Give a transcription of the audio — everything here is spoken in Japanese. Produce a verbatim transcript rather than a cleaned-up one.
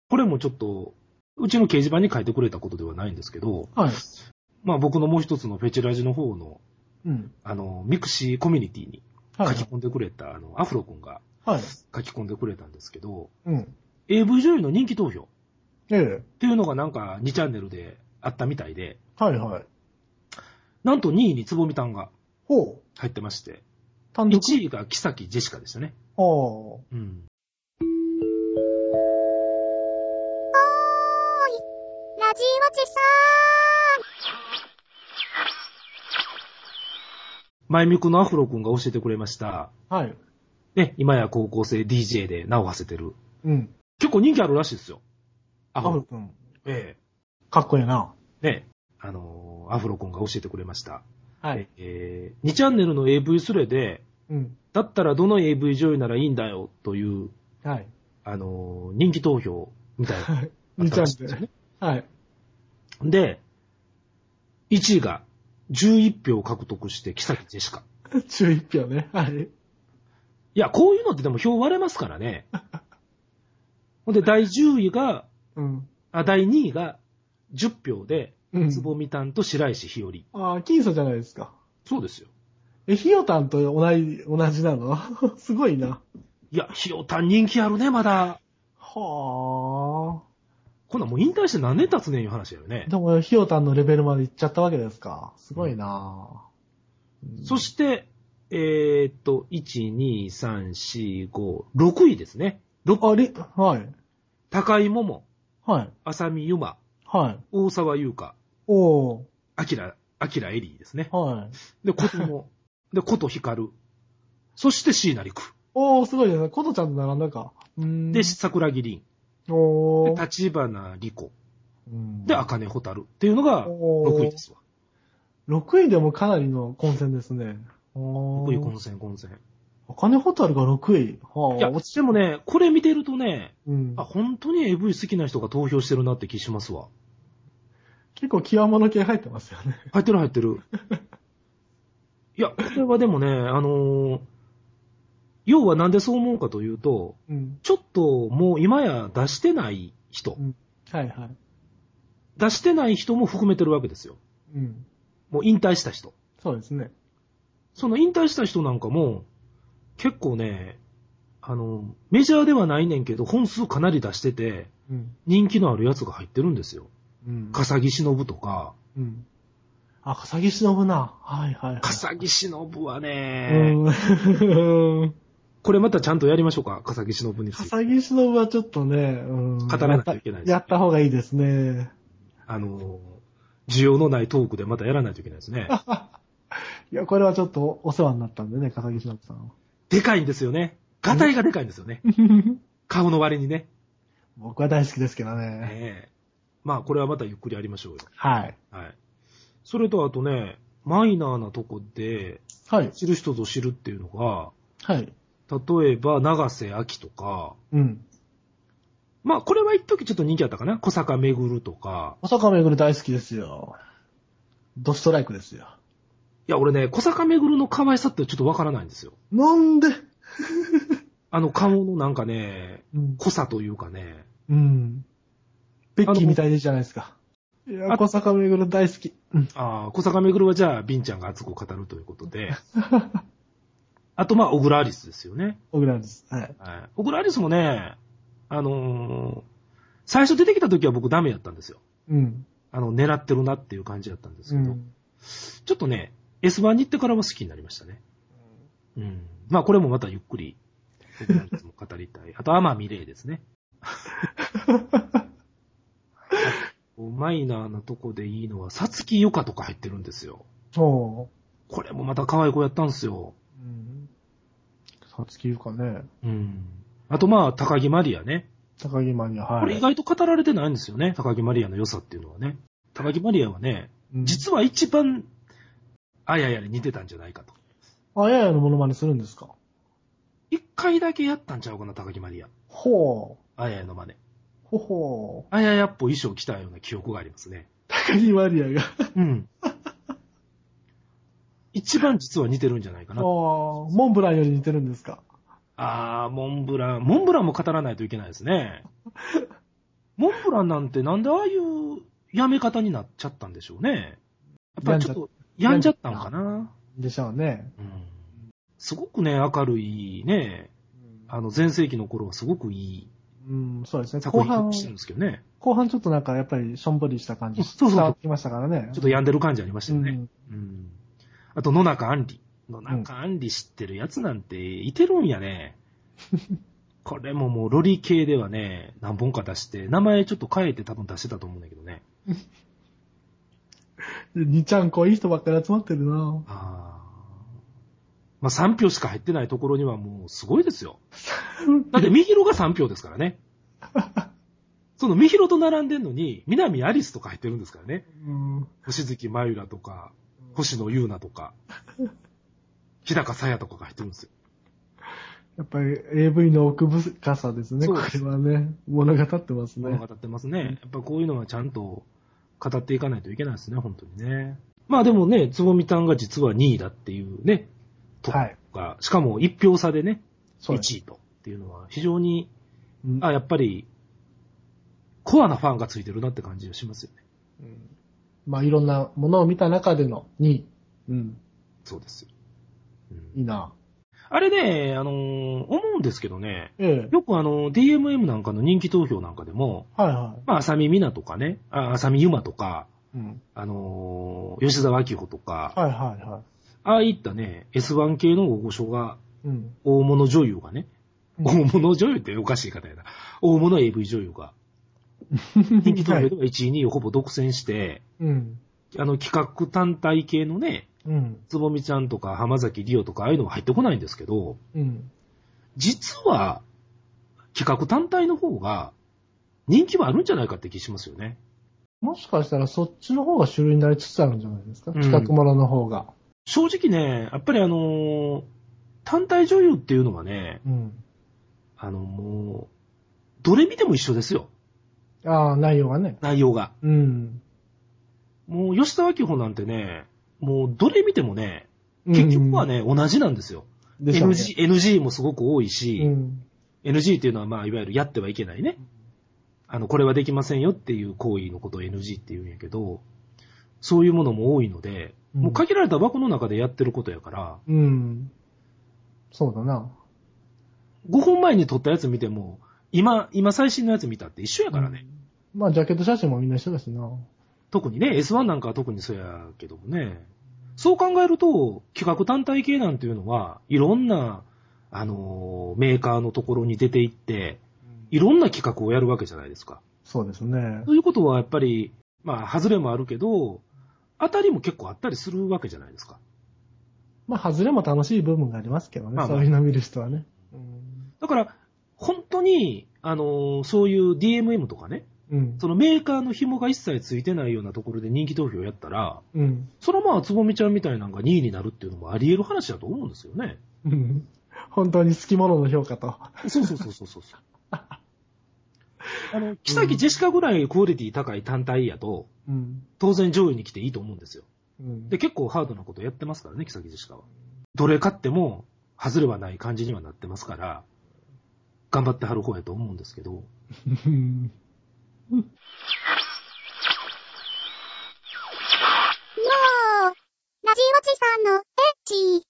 これもちょっと、うちの掲示板に書いてくれたことではないんですけど、 はい。 まあ僕のもう一つのフェチラジの方の、 うん。 あの、ミクシーコミュニティにはい。 書き込んでくれた、あの、アフロ君がはい。 書き込んでくれたんですけど、 うん。 エーブイ 女優の人気投票ええ。 っていうのがなんかにチャンネルであったみたいで、 はいはい。 なんとにいにつぼみたんがほう。 入ってまして、 単独いちいが木崎ジェシカでしたね。 ああ。 うん。 ラジオチさ前見くのアフロ君が教えてくれました。 はい。 ね、今や高校生 ディージェー で名を馳せてる。 うん。 結構人気あるらしいですよ。アアフロ君。 えかっこいいな。 え。ね、あのー、アフロ君が教えてくれました。 はい。 えー、にチャンネルの エーブイ スレで、 うん。 だったらどの エーブイ 女優ならいいんだよという、 はい。 あのー、人気投票みたいな。 はい。にチャンネル。はい。 で、いちいがじゅういち票獲得して木崎ジェシカ。 じゅういち票ね。はい。 いや、こういうのってでも票割れますからね。ほんで、だいじゅういが、 うん。 あ、だいにいがじゅっ票で、 うんつぼみたんと白石日和。 ああ、僅差じゃないですか。 そうですよ。 え、ひよたんと同じ、同じなのすごいな。 いや、ひよたん人気あるね、まだ。 はあ。 こんなんもう引退して何年経つねんいう話だよね。 でも、ひよたんのレベルまで行っちゃったわけですか。すごいな、 うん、そして、えー、っと、いち、に、さん、よん、ご、ろくいですね。ろくあれはい。 高井桃、 はい。 浅見ゆま、 はい。 大沢優香、 おー。 あきら、あきらエリーですね。 はい。 で、ことも、で、ことひかる。そして椎名陸。 おー、すごいですね。ことちゃんと並んだか。うーんで、桜木凛。 おー。 で、立花莉子。 うんで、茜蛍っていうのがろくいですわ。 ろくいでもかなりの混戦ですね。 ろくい混戦混戦。 茜蛍がろくい。はあ、 いや、 落ちでもね、これ見てるとね、 うん、 あ、本当に エーブイ 好きな人が投票してるなって気しますわ。 結構極物系入ってますよね。 入ってる入ってる。いや、これはでもね、あのー、要はなんでそう思うかというと、 うん、 ちょっともう今や出してない人、 うん、はいはい。 出してない人も含めてるわけですよ。 うん、 もう引退した人。 そうですね。 その引退した人なんかも、結構ね、あの、メジャーではないねんけど、本数かなり出してて、 うん、 人気のあるやつが入ってるんですよ。 うん、 笠木忍とか。 うん。あ、笠木忍な。はいはい、はい。 笠木忍はね、 うん。 これまたちゃんとやりましょうか、笠木忍について。 笠木忍はちょっとね、うん、 語らないといけないです、ね。 やった方がいいですね。 あの、需要のないトークでまたやらないといけないですね。 いや、これはちょっとお世話になったんでね、笠木忍さんは。 でかいんですよね。ガタイがでかいんですよね。顔の割にね。 僕は大好きですけどね。 ねえ。まあ、これはまたゆっくりやりましょうよ。 はい。 はい。それとあとね、マイナーなとこで、 はい。 知る人ぞ知るっていうのが、 はい。 例えば、長瀬明とか、 うん。 まあ、これは一時ちょっと人気あったかな。小坂めぐるとか。 小坂めぐる大好きですよ。ドストライクですよ。 いや、俺ね、小坂めぐるの可愛さってちょっとわからないんですよ。 なんであの顔のなんかね、 うん、 濃さというかね。 うん。ベッキーみたいでじゃないですか。いや、小坂めぐる大好き。うん、 ああ、小坂めぐるはじゃあ、ビンちゃんが熱く語るということで。あと、まあ、小倉アリスですよね。 小倉です。はい。 はい。小倉アリスもね、あのー、最初出てきた時は僕ダメやったんですよ。 うん。 あの、狙ってるなっていう感じだったんですけど、 うん、 ちょっとね、エスワン に行ってからは好きになりましたね。うん。まあ、これもまたゆっくり、小倉アリスも語りたい。あと、天海玲ですね。マイナーなとこでいいのは、さつきゆかとか入ってるんですよ。 そう。 これもまた可愛い子やったんですよ。 うん。さつきゆかね。 うん。あとまあ、高木マリアね。 高木マリア、はい。 これ意外と語られてないんですよね。高木マリアの良さっていうのはね。高木マリアはね、 うん、 実は一番、あややに似てたんじゃないかと。 あややのモノマネするんですか？ 一回だけやったんちゃうかな、高木マリア。 ほう。 あややの真似。 ほほあややっぽ衣装着たような記憶がありますね。 高木マリアが。 うん。一番実は似てるんじゃないかな。 ああ、モンブランより似てるんですか？ あー、モンブラン。モンブランも語らないといけないですね。 フランなんてなんでああいうやめ方になっちゃったんでしょうね。やっぱりちょっと病んじゃったんかな。 でしょうね。 うん。すごくね、明るいね、あの、前世紀の頃はすごくいいうん、そうですね。 作後半、 品をしてるんですけどね。 後半ちょっとなんかやっぱりしょんぼりした感じ、 そうそうそう伝わってきましたからね。 ちょっと病んでる感じありましたよね。 うんうん。あと、野中杏里。野中杏里知ってるやつなんていてるんやね。これももうロリ系ではね、何本か出して、名前ちょっと変えて多分出してたと思うんだけどね。 にちゃんこいい人ばっかり集まってるな。 あまあさん票しか入ってないところにはもうすごいですよ。だって、みひろがさん票ですからね。そのみひろと並んでんのに、南アリスとか入ってるんですからね。 うん、 星月まゆらとか、星野優奈とか、日高さやとかが入ってるんですよ。 やっぱり エーブイ の奥深さですね、こそうですれはね。物語ってますね。 物語ってますね。やっぱこういうのはちゃんと語っていかないといけないですね、本当にね。まあでもね、つぼみたんが実はにいだっていうね、とか、はい、しかもいち票差でね、いちいとっていうのは非常に、うん、あ、やっぱり、コアなファンがついてるなって感じがしますよね。 うん、まあいろんなものを見た中でのにい。うん。 そうですよ。 うん、いいな。 あれね、あのー、思うんですけどね、 ええ、 よくあの、ディーエムエム なんかの人気投票なんかでも、 はいはい。 まあ、浅見美奈とかね、あ浅見ゆまとか、 うん、 あのー、吉沢明穂とか、 はいはいはい。 ああいったね、エスワン 系の大御所が、 うん、 大物女優がね、うん、大物女優っておかしい方やな。大物 エーブイ 女優が、人気投票ではいちい、にいをほぼ独占して、 うん、 あの企画単体系のね、 うん、 つぼみちゃんとか浜崎りおとかああいうのは入ってこないんですけど、 うん、 実は企画単体の方が人気はあるんじゃないかって気しますよね。 もしかしたらそっちの方が主流になりつつあるんじゃないですか、うん、企画ものの方が。 正直ね、やっぱりあのー、単体女優っていうのはね、 うん、 あのもう、どれ見ても一緒ですよ。 ああ、内容がね。 内容が。 うん。 もう吉沢明穂なんてね、もうどれ見てもね、結局はね、うん、同じなんですよ。ね、エヌジー、エヌジー もすごく多いし、うん、エヌジー っていうのはまあいわゆるやってはいけないね。あの、これはできませんよっていう行為のことを エヌジー って言うんやけど、そういうものも多いので、うん、もう限られた枠の中でやってることやから、 うん。そうだな。 ごほんまえに撮ったやつ見ても、今、今最新のやつ見たって一緒やからね。 うん、まあ、ジャケット写真もみんな一緒だしな。 特にね、エスワン なんかは特にそうやけどもね。そう考えると、企画単体系なんていうのは、いろんな、あのー、メーカーのところに出ていって、いろんな企画をやるわけじゃないですか。 そうですね。 ということはやっぱり、まあ、外れもあるけど、当たりも結構あったりするわけじゃないですか。 まあ、外れも楽しい部分がありますけどね。まあまあ、そういうの見る人はね。 うん、だから、本当に、あのー、そういう ディーエムエム とかね、うん、そのメーカーの紐が一切ついてないようなところで人気投票やったら、うん、それはまあ、つぼみちゃんみたいなのがにいになるっていうのもあり得る話だと思うんですよね。 うん、本当に好き者の評価と。 そうそうそうそうそう。あの、木崎ジェシカぐらいクオリティ高い単体やと、うん、当然上位に来ていいと思うんですよ。うん、で、結構ハードなことやってますからね、木崎ジェシカは。どれ勝っても、外れはない感じにはなってますから、頑張ってはる方やと思うんですけど。 ラジオチさんのエッチ。